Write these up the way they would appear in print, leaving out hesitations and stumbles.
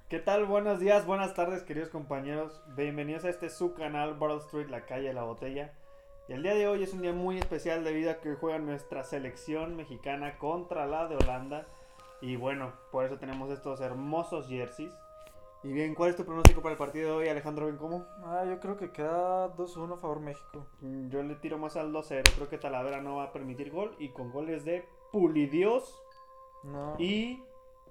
¿Qué tal? Buenos días, buenas tardes, queridos compañeros. Bienvenidos a este su canal, Battle Street, la calle de la botella. Y el día de hoy es un día muy especial debido a que juega nuestra selección mexicana contra la de Holanda. Y bueno, por eso tenemos estos hermosos jerseys. Y bien, ¿cuál es tu pronóstico para el partido de hoy, Alejandro Bencomo? Yo creo que queda 2-1 a favor México. Yo le tiro más al 2-0. Creo que Talavera no va a permitir gol. Y con goles de Pulidios No. y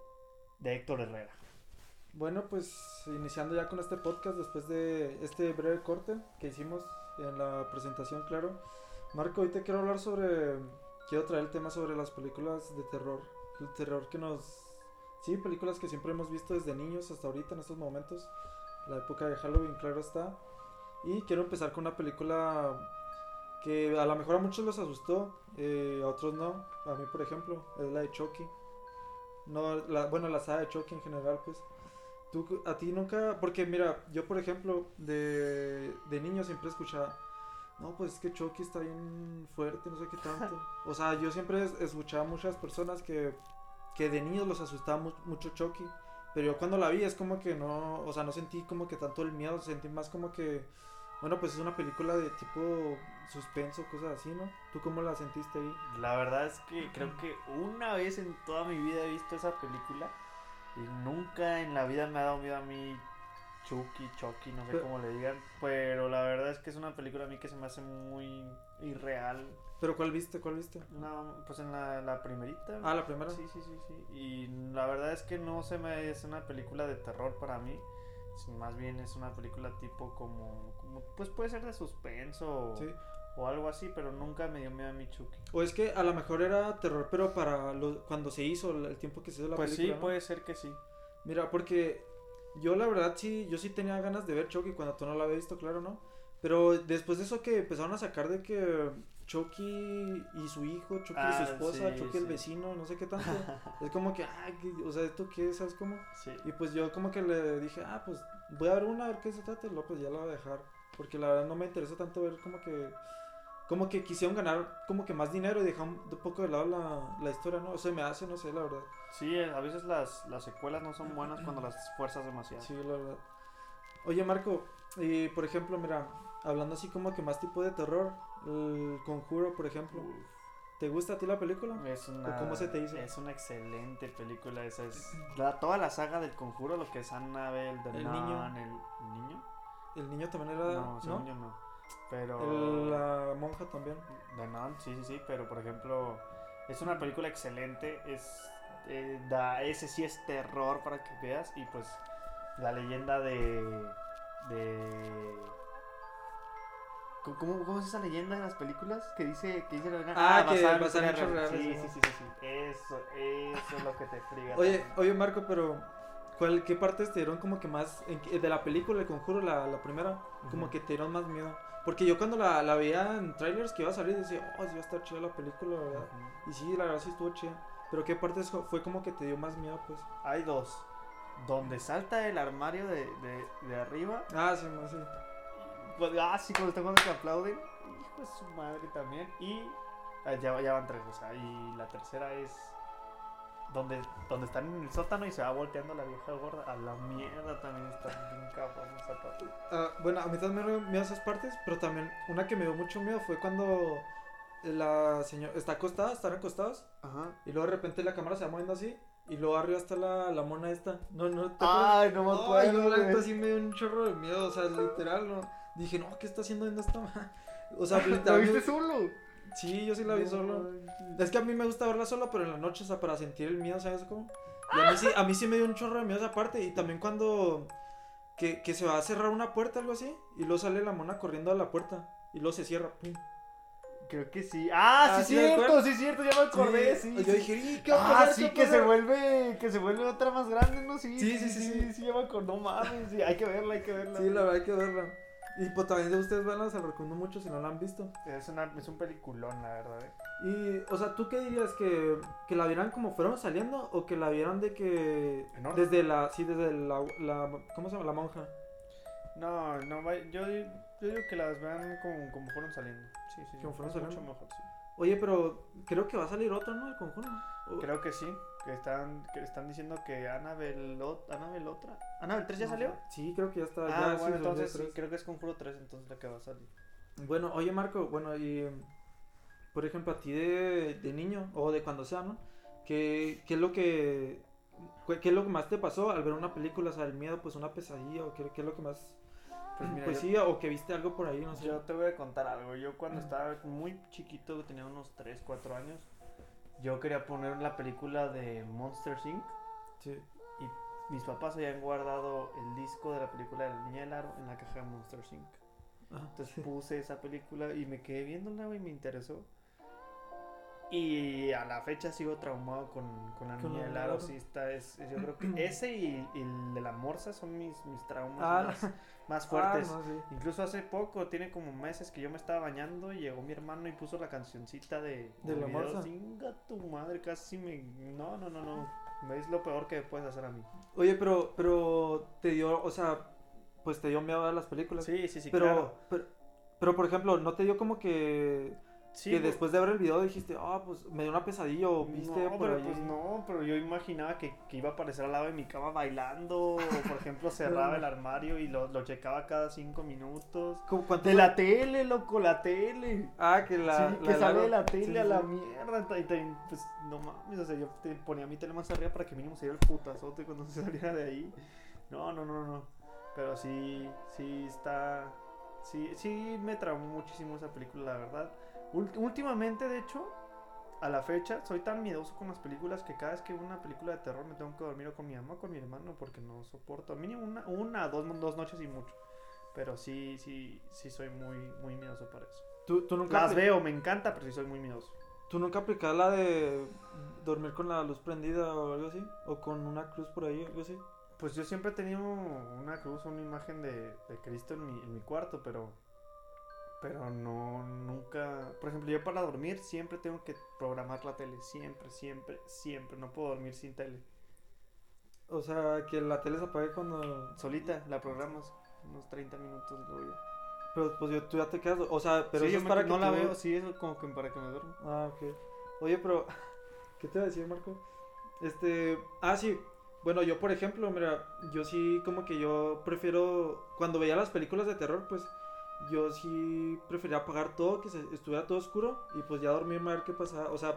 de Héctor Herrera. Bueno, pues iniciando ya con este podcast después de este breve corte que hicimos en la presentación, claro. Marco, hoy te quiero hablar quiero traer el tema sobre las películas de terror. El terror que Sí, películas que siempre hemos visto desde niños hasta ahorita en estos momentos. La época de Halloween, claro está. Y quiero empezar con una película que a lo mejor a muchos los asustó, a otros no. A mí, por ejemplo, es la de Chucky. No, la saga de Chucky en general, pues. A ti nunca, porque mira, yo por ejemplo, de niño siempre escuchaba, no, pues es que Chucky está bien fuerte, no sé qué tanto. O sea, yo siempre escuchaba a muchas personas que de niños los asustaba mucho Chucky. Pero yo cuando la vi es como que no, o sea, no sentí como que tanto el miedo, sentí más como que, bueno, pues es una película de tipo suspenso, cosas así, ¿no? ¿Tú cómo la sentiste ahí? La verdad es que creo que una vez en toda mi vida he visto esa película y nunca en la vida me ha dado miedo a mí Chucky, no sé cómo le digan, pero la verdad es que es una película a mí que se me hace muy irreal. ¿Pero cuál viste? No, pues en la primerita. Ah, la primera. Sí. Y la verdad es que no se me es una película de terror para mí. Más bien es una película tipo como pues puede ser de suspenso Sí. o algo así, pero nunca me dio miedo a mi Chucky. O es que a lo mejor era terror, pero cuando se hizo, el tiempo que se hizo la Pues película, sí, ¿no? puede ser que sí. Mira, porque yo la verdad yo sí tenía ganas de ver Chucky cuando tú no la habías visto, claro, ¿no? Pero después de eso que empezaron a sacar de que Chucky y su hijo, Chucky y su esposa, sí, Chucky el sí. vecino, no sé qué tanto. Es como que, o sea, ¿esto qué es? ¿Sabes cómo? Sí. Y pues yo como que le dije, pues voy a ver una, a ver qué se trata, y luego pues ya la voy a dejar. Porque la verdad no me interesa tanto ver como que quisieron ganar como que más dinero y dejar un poco de lado la historia, ¿no? O sea, me hace, no sé, la verdad. Sí, a veces las secuelas no son buenas cuando las fuerzas demasiado. Sí, la verdad. Oye, Marco, y por ejemplo, mira, hablando así como que más tipo de terror, el Conjuro, por ejemplo. Uf. ¿Te gusta a ti la película? ¿O cómo se te hizo? Es una excelente película. Esa es toda la saga del Conjuro, lo que es Annabelle, The El Nun, niño. ¿El niño? El niño también era. No, según yo no. Pero. La monja también. The Nun, sí, pero por ejemplo, es una película excelente. Ese sí es terror para que veas. Y pues la leyenda de ¿Cómo es esa leyenda en las películas? Que dice que basada en basada en historia hechos real. reales. Sí. Eso es lo que te friga. Oye, Marco, pero ¿qué partes te dieron como que más de la película El Conjuro, la primera, como que te dieron más miedo? Porque yo cuando la veía en trailers que iba a salir decía, sí va a estar chida la película, ¿verdad? Y sí, la verdad sí estuvo chida. Pero ¿qué partes fue como que te dio más miedo, pues? Hay dos. Donde salta el armario de arriba. Sí. Pues, sí, cuando están jugando que aplauden. Hijo de su madre también. Y ya van tres, o sea, y la tercera es donde están en el sótano y se va volteando la vieja gorda. A la mierda también está bien cabrón esa parte. Bueno, a mí también me dio miedo esas partes, pero también una que me dio mucho miedo fue cuando la señora están acostados. Ajá. Y luego de repente la cámara se va moviendo así. Y luego arriba está la mona esta. No te Ay, no me acuerdo. Yo la neta sí me dio un chorro de miedo. O sea, literal, no. Dije, no, ¿qué está haciendo en esta mona? O sea, literal. ¿La viste solo? Sí, yo sí la vi solo. Es que a mí me gusta verla solo, pero en la noche, o sea, para sentir el miedo, ¿sabes cómo? Y a mí sí me dio un chorro de miedo esa parte. Y también cuando que se va a cerrar una puerta, algo así. Y luego sale la mona corriendo a la puerta. Y luego se cierra, pum. Creo que sí. ¿sí Cierto, ya me acordé, sí. Yo dije, ¿qué va a pasar? Sí, que se vuelve otra más grande, ¿no? Sí, Sí, ya me acordé, no mames, sí, hay que verla. Sí, la verdad hay que verla. Y pues también de ustedes verla, se la recomiendo mucho si no la han visto. Es un peliculón, la verdad, Y, o sea, ¿tú qué dirías? ¿Que la vieran como fueron saliendo? ¿O que la vieran de que... ¿Enorme? desde la ¿cómo se llama? La monja. No, yo digo que las vean como fueron saliendo. Sí. Como fueron es saliendo. mucho mejor, sí. Oye, pero creo que va a salir otro, ¿no? El Conjuro. Creo que sí. que están diciendo que Annabelle otra. ¿Annabelle 3 ya salió? Sí, creo que ya está. Ah, ya, bueno, sí, entonces sí, 2003. creo que es Conjuro 3, entonces la que va a salir. Bueno, oye Marco, bueno, y por ejemplo, a ti de niño, o de cuando sea, ¿no? ¿Qué es lo qué es lo que más te pasó al ver una película? O sea, el miedo, pues una pesadilla, o qué es lo que más... Pues mira, Pues sí, o que viste algo por ahí, no sé. yo te voy a contar algo. Yo cuando estaba muy chiquito, tenía unos 3 4 años, yo quería poner la película de Monsters Inc. Sí. Y mis papás habían guardado el disco de la película de la Niña del Aro en la caja de Monsters Inc. Ah, Entonces sí. puse esa película y me quedé viéndola, güey, y me interesó. Y a la fecha sigo traumado con la Con Niña la del Niña Aro. del Aro. Sí, yo creo que ese y el de la Morsa son mis traumas Ah, más fuertes. no, sí. Incluso hace poco, tiene como meses que yo me estaba bañando y llegó mi hermano y puso la cancioncita de ¿De la video. Morsa? Chinga tu madre, casi me... No. Es lo peor que puedes hacer a mí. Oye, pero te dio, o sea, pues te dio miedo a las películas. Sí, pero, claro. pero, por ejemplo, ¿no te dio como que Sí, que después de ver el video dijiste, pues me dio una pesadilla o viste no, por pero ahí? pues no, pero yo imaginaba que iba a aparecer al lado de mi cama bailando, o por ejemplo cerraba el armario y lo checaba cada 5 minutos. ¿Cuánto De la tele, loco, la tele. Ah, que Sí, que sale de la tele sí, a la sí. mierda. Pues no mames, o sea, yo te ponía mi tele más arriba para que mínimo se diera el putazote cuando se saliera de ahí. No. Pero sí está... Sí me traumó muchísimo esa película, la verdad. Últimamente, de hecho, a la fecha, soy tan miedoso con las películas que cada vez que veo una película de terror me tengo que dormir o con mi mamá o con mi hermano porque no soporto. Al mínimo dos noches y mucho. Pero sí soy muy miedoso para eso. ¿Tú nunca Las veo, me encanta, pero sí soy muy miedoso. ¿Tú nunca aplicas la de dormir con la luz prendida o algo así? ¿O con una cruz por ahí, algo así? Pues yo siempre he tenido una cruz, una imagen de Cristo en mi cuarto, pero no, nunca. Por ejemplo, yo para dormir siempre tengo que programar la tele, siempre. No puedo dormir sin tele. O sea, que la tele se apague cuando... Solita, la programas unos 30 minutos y luego ya. Pero pues tú ya te quedas... O sea, pero Sí, eso es para que no la tú- veo, sí, es como que para que me duerma. Ah, ok. Oye, pero... ¿Qué te iba a decir, Marco? Sí. Bueno, yo, por ejemplo, mira, yo sí como que yo prefiero... Cuando veía las películas de terror, pues... Yo sí prefería apagar todo, que estuviera todo oscuro y pues ya dormirme a ver qué pasaba. O sea,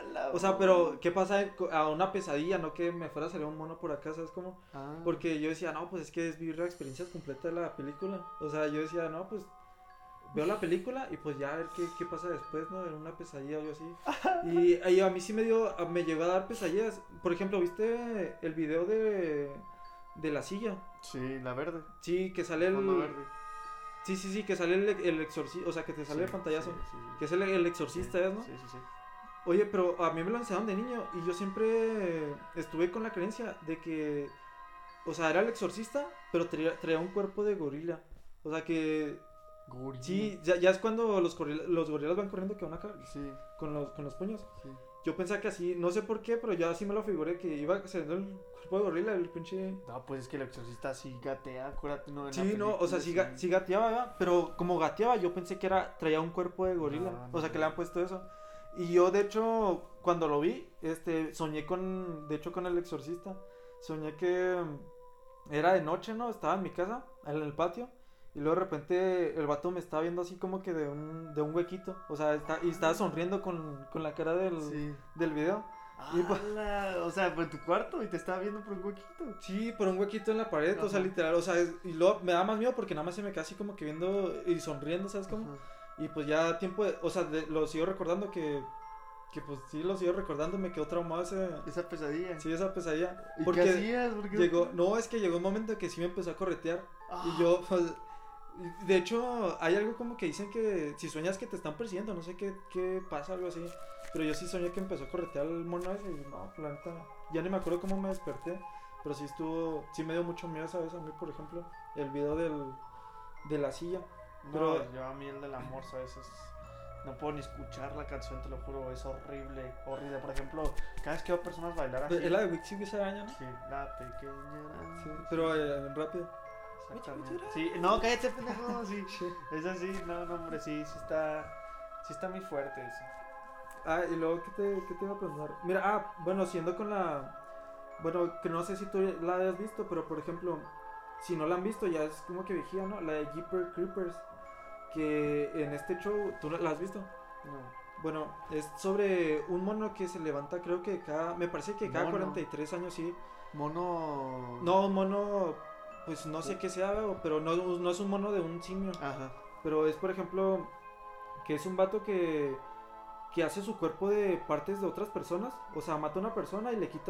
pero ¿qué pasa a una pesadilla? No que me fuera a salir un mono por acá, ¿sabes cómo? Porque yo decía, no, pues es que es vivir la experiencia completa de la película. O sea, yo decía, no, pues veo la película y pues ya a ver qué pasa después, ¿no? En una pesadilla o algo así. Y a mí sí me llegó a dar pesadillas. Por ejemplo, ¿viste el video de la silla? Sí, la verde. Sí, que sale Fondo verde. Sí, que sale el exorcista, o sea, que te sale el pantallazo. Sí. Que es el exorcista, ¿no? Sí. Oye, pero a mí me lo enseñaron de niño y yo siempre estuve con la creencia de que, o sea, era el exorcista, pero traía un cuerpo de gorila. O sea que, Gorila. sí, ya es cuando los gorilas van corriendo que van acá Sí. con los puños. Sí. Yo pensaba que así, no sé por qué, pero yo así me lo figuré que iba saliendo el cuerpo de gorila, el pinche... No, pues es que el exorcista sí gatea, acuérdate, no. Sí, no, o sea, sí gateaba, ¿verdad? Pero como gateaba, yo pensé que traía un cuerpo de gorila. No, O sea, que le han puesto eso. Y yo, de hecho, cuando lo vi, soñé con el exorcista. Soñé que era de noche, ¿no? Estaba en mi casa, en el patio. Y luego de repente el vato me estaba viendo así como que de un huequito. O sea, estaba sonriendo con la cara del video. Y pues- O sea, por tu cuarto y te estaba viendo por un huequito. Sí, por un huequito en la pared, o sea, Ajá. literal, o sea, y luego me da más miedo porque nada más se me queda así como que viendo y sonriendo, ¿sabes cómo? Ajá. Y pues ya o sea, lo sigo recordando que pues sí, lo sigo recordando, me quedó traumado Esa pesadilla. sí, esa pesadilla. ¿Y Porque qué hacías? ¿Por qué? es que llegó un momento que sí me empezó a corretear Ah. y yo, pues, de hecho, hay algo como que dicen que si sueñas que te están persiguiendo, no sé qué pasa, algo así. Pero yo sí soñé que empezó a corretear el mono ese y no, la neta, ya ni me acuerdo cómo me desperté. Pero sí me dio mucho miedo esa vez a mí, por ejemplo, el video de la silla. Pero No, yo a mí el del amor, a veces no puedo ni escuchar la canción, te lo juro, es horrible. Por ejemplo, cada vez que veo personas bailar así. es la de Wixi esa araña, ¿no? Sí, la pequeña. Sí, pero rápido. Exactamente. Sí, no, cállate, pendejo, sí. Es así, no, hombre, sí está muy fuerte eso. Y luego, ¿qué te iba a preguntar? Mira, bueno, siendo con la... Bueno, que no sé si tú la hayas visto, pero por ejemplo, si no la han visto, ya es como que viejía, ¿no? La de Jeepers Creepers, que en este show, ¿tú la has visto? No. Bueno, es sobre un mono que se levanta, creo que me parece que cada Mono. 43 años, sí. Mono. No, un mono, pues no sé qué sea, pero no es un mono de un simio. Ajá. Pero es, por ejemplo, que es un vato que hace su cuerpo de partes de otras personas. O sea, mata a una persona y le quita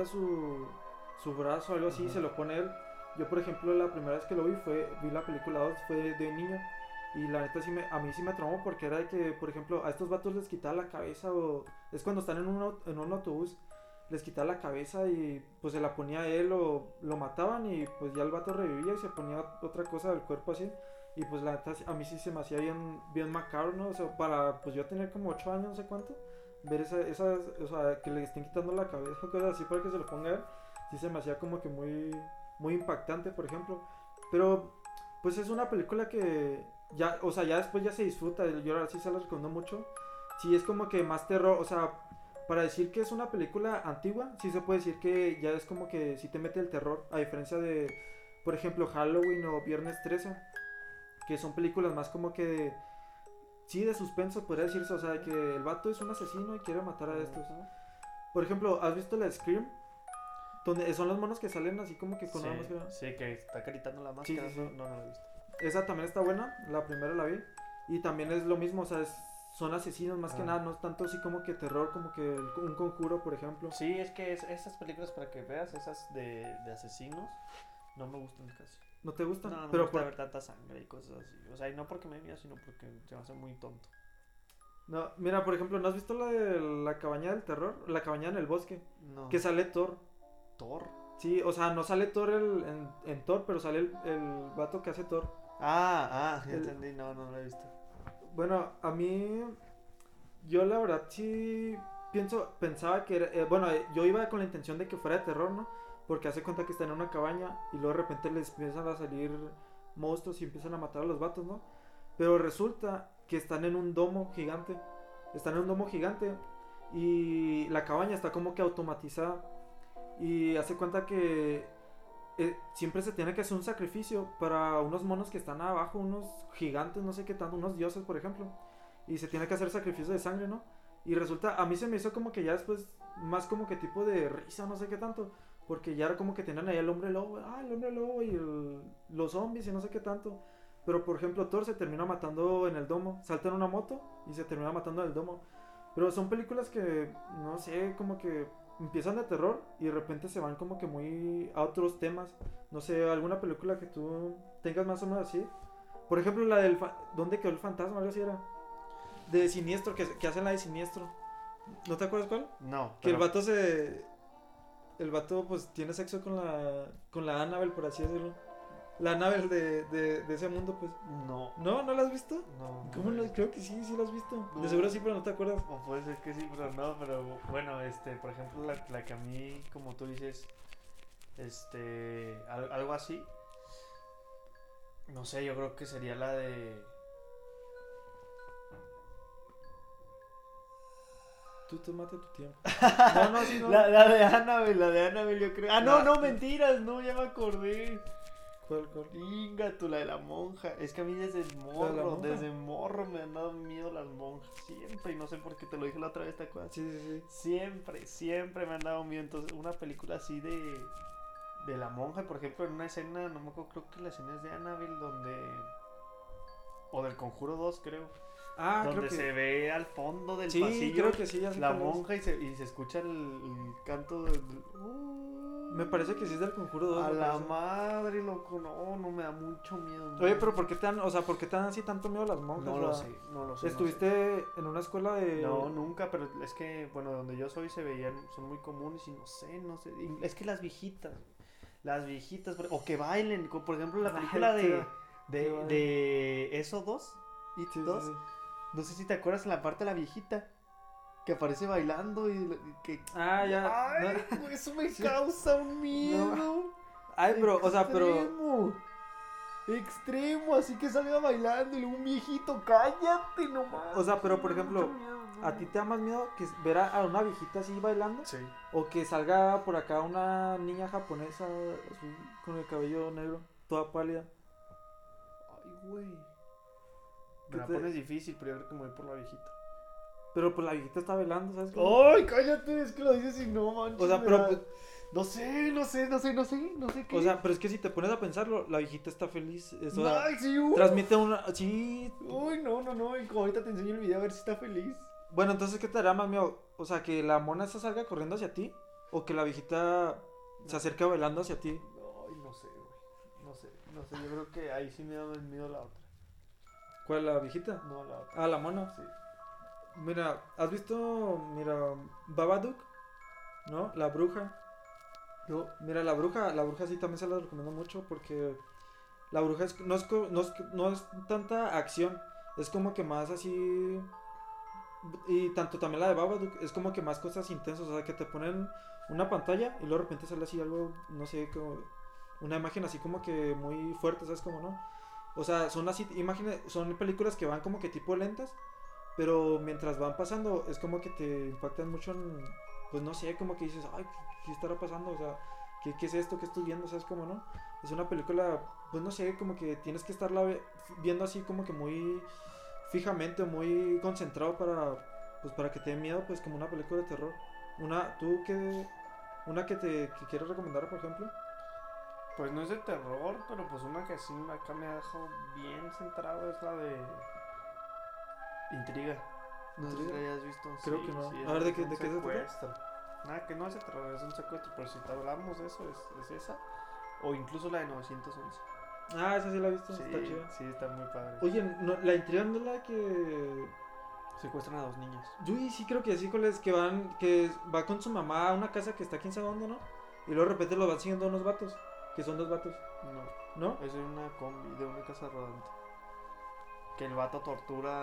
su brazo o algo así y se lo pone él. Yo, por ejemplo, la primera vez que lo vi la película 2, fue de niño. Y la neta a mí sí me traumó porque era de que, por ejemplo, a estos vatos les quitaba la cabeza o... Es cuando están en un autobús, les quitaba la cabeza y pues se la ponía a él o lo mataban y pues ya el vato revivía y se ponía otra cosa del cuerpo así. Y pues la neta a mí sí se me hacía bien macabro, ¿no? O sea, para pues yo tener como 8 años, no sé cuánto, ver esas, o sea, que le estén quitando la cabeza o cosas así para que se lo ponga a él, sí se me hacía como que muy impactante, por ejemplo. Pero pues es una película que ya, o sea, ya después ya se disfruta, yo ahora sí se la recomiendo mucho. Sí, es como que más terror, o sea, para decir que es una película antigua, sí se puede decir que ya es como que sí te mete el terror, a diferencia de, por ejemplo, Halloween o Viernes 13, que son películas más como que sí, de suspenso, podría decirse, o sea, de que el vato es un asesino y quiere matar a estos. Por ejemplo, ¿has visto la Scream? Donde son los monos que salen así como que con Sí, una máscara. sí, que está caritando la máscara. Sí, sí, sí. No, no la he visto. Esa también está buena, la primera la vi. Y también es lo mismo, o sea, son asesinos más que nada, no es tanto así como que terror, como que un conjuro, por ejemplo. Sí, es que esas películas, para que veas, esas de asesinos, no me gustan casi. ¿No te gustan? No, no me Pero gusta ver tanta sangre y cosas así. O sea, y no porque me dé miedo, sino porque se me hace muy tonto. No, mira, por ejemplo, ¿no has visto la de la cabaña del terror? La cabaña en el bosque. No. Que sale Thor. ¿Thor? Sí, o sea, no sale Thor en Thor, pero sale el vato que hace Thor. Ya entendí, no lo he visto. Bueno, a mí, yo la verdad sí pensaba que era, bueno, yo iba con la intención de que fuera de terror, ¿no? Porque hace cuenta que están en una cabaña y luego de repente les empiezan a salir monstruos y empiezan a matar a los vatos, ¿no? Pero resulta que están en un domo gigante. Están en un domo gigante y la cabaña está como que automatizada. Y hace cuenta que siempre se tiene que hacer un sacrificio para unos monos que están abajo, unos gigantes, no sé qué tanto, unos dioses, por ejemplo. Y se tiene que hacer sacrificio de sangre, ¿no? Y resulta, a mí se me hizo como que ya después, más como que tipo de risa, no sé qué tanto. Porque ya era como que tenían ahí al hombre lobo, el hombre lobo y los zombies y no sé qué tanto. Pero por ejemplo, Thor se termina matando en el domo, salta en una moto y se termina matando en el domo. Pero son películas que, no sé, como que empiezan de terror y de repente se van como que muy a otros temas. No sé, alguna película que tú tengas más o menos así. Por ejemplo, la del ¿dónde quedó el fantasma? Algo así era. De Siniestro, que hacen la de Siniestro. ¿No te acuerdas cuál? No. Que el vato el vato pues tiene sexo con la Annabelle, por así decirlo. La Annabelle de ese mundo, pues. No. ¿No la has visto? No. ¿Cómo no? Creo que sí la has visto. No. De seguro sí, pero no te acuerdas. O puede ser que sí, pero no, pero bueno, por ejemplo, la que a mí, como tú dices, algo así, no sé, yo creo que sería la de... Tú tómate tu tiempo. No, sí, no. La de Annabelle, yo creo. No, mentiras, no, ya me acordé. ¿Cuál? Inga, tú, la de la monja. Es que a mí desde morro me han dado miedo las monjas. Siempre, y no sé por qué, te lo dije la otra vez, ¿te acuerdas? Sí. Siempre me han dado miedo. Entonces, una película así de la monja, por ejemplo, en una escena, no me acuerdo, creo que la escena es de Annabelle, o del Conjuro 2, creo. Donde creo que se ve al fondo del sí, pasillo creo que sí, ya sé la cuál es. monja y se escucha el canto Me parece que sí es del Conjuro 2. a la madre, loco, no me da mucho miedo. Oye, pero ¿por qué te dan así tanto miedo a las monjas? No lo sé, no lo sé. ¿Estuviste en una escuela de...? No, nunca, pero es que, bueno, donde yo soy se veían, son muy comunes y no sé. Es que las viejitas, o que bailen, como por ejemplo la película de Eso 2, It 2. Sí. No sé si te acuerdas en la parte de la viejita que aparece bailando y que... ya. Ay, eso me causa un miedo. Ay, pero, o sea, pero... extremo, así que salga bailando y luego un viejito, cállate nomás. O sea, pero por ejemplo, Mucho miedo, ¿a ti te da más miedo que ver a una viejita así bailando? Sí. O que salga por acá una niña japonesa así, con el cabello negro, toda pálida. Ay, güey. ¿Qué Me la te- pones difícil, pero yo creo que me voy por la viejita. Pero pues la viejita está bailando, ¿sabes cómo? Ay, cállate, es que lo dices y no manches. O sea, me pero da- pues, No sé qué. o sea, pero es que si te pones a pensarlo, la viejita está feliz. Eso Ay, sí, transmite una. Sí. Uy, no, y como ahorita te enseño el video a ver si está feliz. Bueno, entonces, ¿qué te hará más miedo? O sea, que la mona esa salga corriendo hacia ti. O que la viejita se acerque bailando hacia ti. Ay, no sé, güey. No sé, yo creo que ahí sí me da más miedo la otra. ¿Cuál, la viejita? No, la otra. Ah, la mona. Sí. Mira, ¿has visto, Babadook? ¿No? La bruja. No. Mira, la bruja sí también se la recomiendo mucho porque la bruja no es tanta acción, es como que más así, y tanto también la de Babadook, es como que más cosas intensas, o sea, que te ponen una pantalla y luego de repente sale así algo, no sé, como una imagen así como que muy fuerte, ¿sabes cómo no? O sea, son así imágenes, son películas que van como que tipo lentas, pero mientras van pasando es como que te impactan mucho en, pues no sé, como que dices, ay, ¿qué estará pasando? O sea, ¿qué es esto que estoy viendo? ¿Sabes cómo no? Es una película, pues no sé, como que tienes que estarla viendo así como que muy fijamente, muy concentrado para que te dé miedo, pues como una película de terror. Una que quieres recomendar, por ejemplo. Pues no es de terror, pero pues una que sí acá me ha dejado bien centrado es la de Intriga. No sé si ¿Intriga? la hayas visto. Creo Sí, que no. sí, A ver, es ¿de un qué se trata? secuestro. Nada, que no es de terror, es un secuestro, pero si te hablamos de eso, es esa. O incluso la de 911. Ah, esa sí la he visto, Sí, está chida. sí, está muy padre. Oye, no, la intriga no es la que... Secuestran a 2 niñas. Yo sí creo que sí, es que va con su mamá a una casa que está quién sabe dónde, ¿no? Y luego de repente lo van siguiendo unos vatos, que son 2 vatos, No, ¿no? es de una combi, de una casa rodante. Que el vato tortura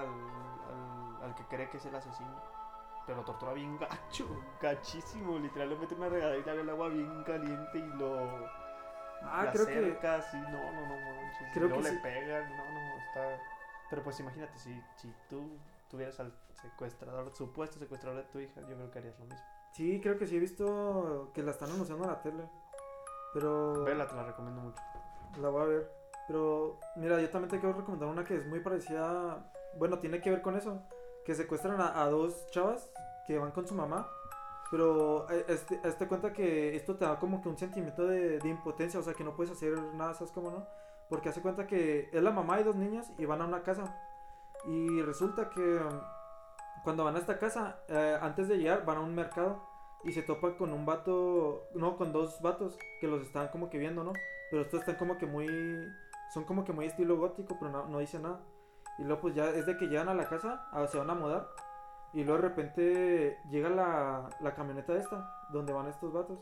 al que cree que es el asesino. Pero lo tortura bien gacho, gachísimo. Literal le mete una regadera en el agua bien caliente y lo Ah, la creo que... cerca así, no manches. Creo Y luego que le sí. pegan, no, está. Pero pues imagínate, si tú tuvieras al secuestrador, supuesto secuestrador de tu hija, yo creo que harías lo mismo. Sí, creo que sí he visto que la están anunciando en la tele. Pero... Vela, te la recomiendo mucho. La voy a ver. Pero, mira, yo también te quiero recomendar una que es muy parecida. Bueno, tiene que ver con eso. Que secuestran a 2 chavas que van con su mamá. Pero hazte cuenta que esto te da como que un sentimiento de impotencia. O sea, que no puedes hacer nada, ¿sabes cómo no? Porque hace cuenta que es la mamá y 2 niñas y van a una casa. Y resulta que cuando van a esta casa, antes de llegar, van a un mercado. Y se topan con un vato, no, con 2 vatos que los están como que viendo, ¿no? Pero estos están como que muy, son como que muy estilo gótico, pero no dicen nada. Y luego pues ya es de que llegan a la casa, se van a mudar. Y luego de repente llega la camioneta esta, donde van estos vatos.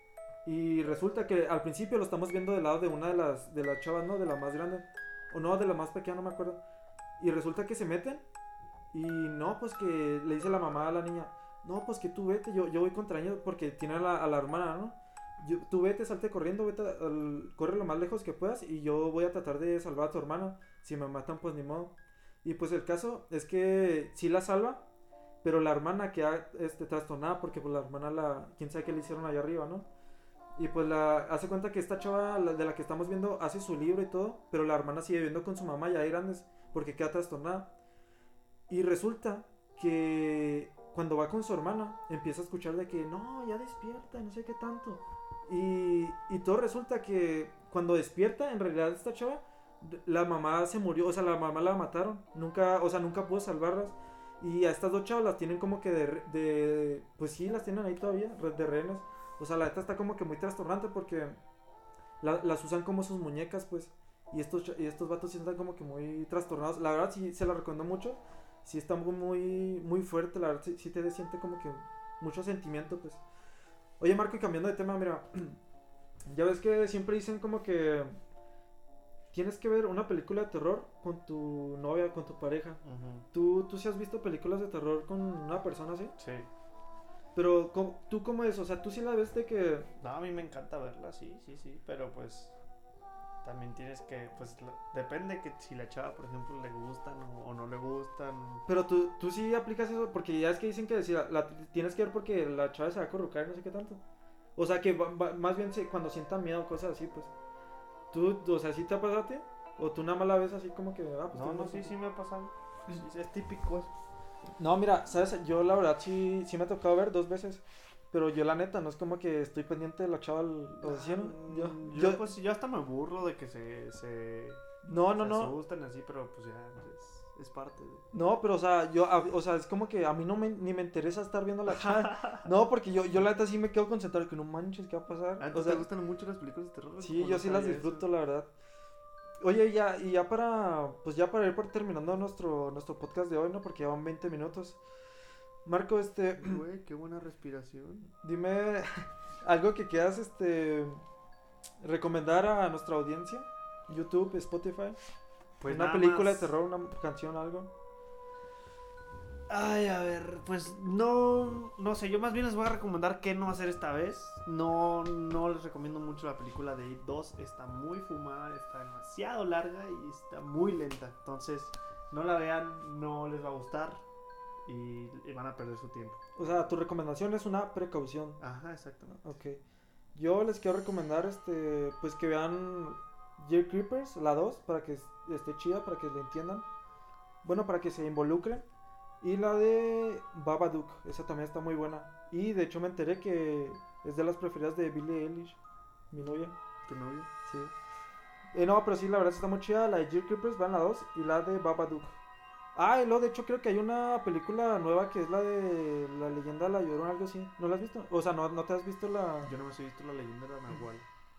Y resulta que al principio lo estamos viendo del lado de una de las chavas, ¿no? De la más grande. O no, de la más pequeña, no me acuerdo. Y resulta que se meten. Y no, pues que le dice la mamá a la niña, no, pues que tú vete, yo voy contra ellos porque tiene a la hermana, ¿no? Tú vete, salte corriendo, corre lo más lejos que puedas y yo voy a tratar de salvar a tu hermana. Si me matan, pues ni modo. Y pues el caso es que sí la salva, pero la hermana queda trastornada porque pues la hermana, quién sabe qué le hicieron allá arriba, ¿no? Y pues hace cuenta que esta chava de la que estamos viendo hace su libro y todo, pero la hermana sigue viviendo con su mamá ya de grandes porque queda trastornada. Y resulta que cuando va con su hermana empieza a escuchar de que no, ya despierta, no sé qué tanto. Y todo resulta que cuando despierta, en realidad esta chava, la mamá se murió, o sea, la mamá la mataron, nunca pudo salvarlas. Y a estas 2 chavas las tienen como que pues sí, las tienen ahí todavía, de rehenes. O sea, la neta está como que muy trastornante porque las usan como sus muñecas, pues. Y estos vatos sí están como que muy trastornados. La verdad sí se la recomiendo mucho. Sí está muy fuerte, la verdad sí te siente como que mucho sentimiento, pues. Oye, Marco, y cambiando de tema, mira, ya ves que siempre dicen como que tienes que ver una película de terror con tu novia, con tu pareja. ¿Tú sí has visto películas de terror con una persona así? Sí. Pero, ¿tú cómo es? O sea, ¿tú sí la ves de que... No, a mí me encanta verla, sí, pero pues también tienes que, pues, depende que si la chava, por ejemplo, le gustan o no le gustan. Pero tú sí aplicas eso, porque ya es que dicen que si tienes que ver porque la chava se va a acurrucar y no sé qué tanto. O sea, que más bien cuando sientan miedo, cosas así, pues. O sea, ¿sí te ha pasado a ti? ¿O tú nada más la ves así como que, pues No, sí me ha pasado. Es típico eso. No, mira, ¿sabes? Yo la verdad sí me ha tocado ver 2 veces. Pero yo la neta, no es como que estoy pendiente de la chava lo decían. Yo hasta me burlo de que se No. asustan así, pero pues ya es parte de... No, pero o sea, es como que a mí ni me interesa estar viendo la chava. No, porque yo la neta sí me quedo concentrado, que no manches, ¿qué va a pasar? O sea, ¿te gustan mucho las películas de terror? Sí, yo sí las disfruto, la verdad. Oye, ya para ir terminando nuestro podcast de hoy, ¿no? Porque ya van 20 minutos. Marco, Güey, qué buena respiración. Dime algo que quieras, recomendar a nuestra audiencia. YouTube, Spotify. Pues una película de terror, una canción, algo. Ay, a ver, pues no sé, yo más bien les voy a recomendar qué no hacer esta vez. No les recomiendo mucho la película de It 2, está muy fumada, está demasiado larga y está muy lenta. Entonces, no la vean, no les va a gustar y van a perder su tiempo. O sea, tu recomendación es una precaución. Ajá, exactamente. Ok. Yo les quiero recomendar, pues que vean Year Creepers, la 2, para que esté chida, para que le entiendan. Bueno, para que se involucren. Y la de Babadook, esa también está muy buena. Y de hecho me enteré que es de las preferidas de Billie Eilish, mi novia. ¿Tu novia? Sí. No, pero sí, la verdad está muy chida. La de Year Creepers, vean la 2. Y la de Babadook. Ah, y luego de hecho creo que hay una película nueva que es la de La Leyenda de la Llorona, algo así. ¿No la has visto? O sea, ¿no te has visto la...? Yo no me he visto La Leyenda de la Nahual.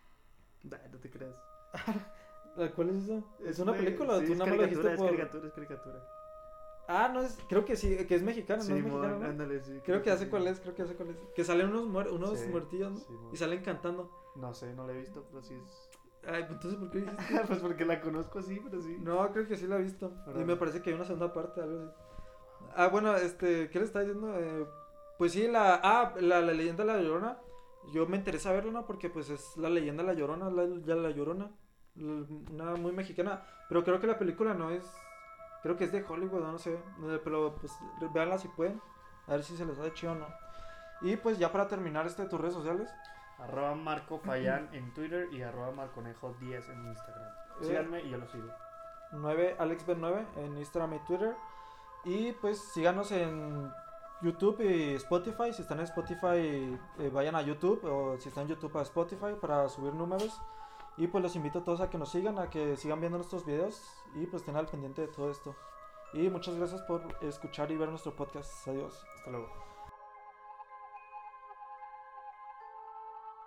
No te creas. ¿Cuál es esa? ¿Es una película? Sí, ¿Tú es nada más lo dijiste por...? Es caricatura. Ah, no es... Creo que sí, que es mexicana, Sí, ¿no es mexicana, ¿no? ándale, sí. Creo que ya sé cuál es. Que salen unos Sí, muertillos, ¿no? sí, Y salen cantando. No sé, no la he visto, pero sí es... Ay, entonces, ¿por qué dijiste? Pues porque la conozco así, pero sí. No, creo que sí la he visto. Órale. Y me parece que hay una segunda parte, algo así. Ah, bueno, ¿qué le estaba diciendo? Pues sí, la leyenda de la Llorona. Yo me interesa verla, ¿no? Porque pues es la leyenda de la Llorona, la Llorona. Una muy mexicana. Pero creo que la película no es... Creo que es de Hollywood, no sé. Pero pues véanla si pueden. A ver si se les ha hecho o no. Y pues ya para terminar, tus redes sociales. @Marco Fayán en Twitter y @Marconejo10 en Instagram. Síganme y yo lo sigo. 9AlexB9 en Instagram y Twitter. Y pues síganos en YouTube y Spotify. Si están en Spotify, vayan a YouTube. O si están en YouTube, a Spotify para subir números. Y pues los invito a todos a que nos sigan, a que sigan viendo nuestros videos. Y pues estén al pendiente de todo esto. Y muchas gracias por escuchar y ver nuestro podcast. Adiós. Hasta luego.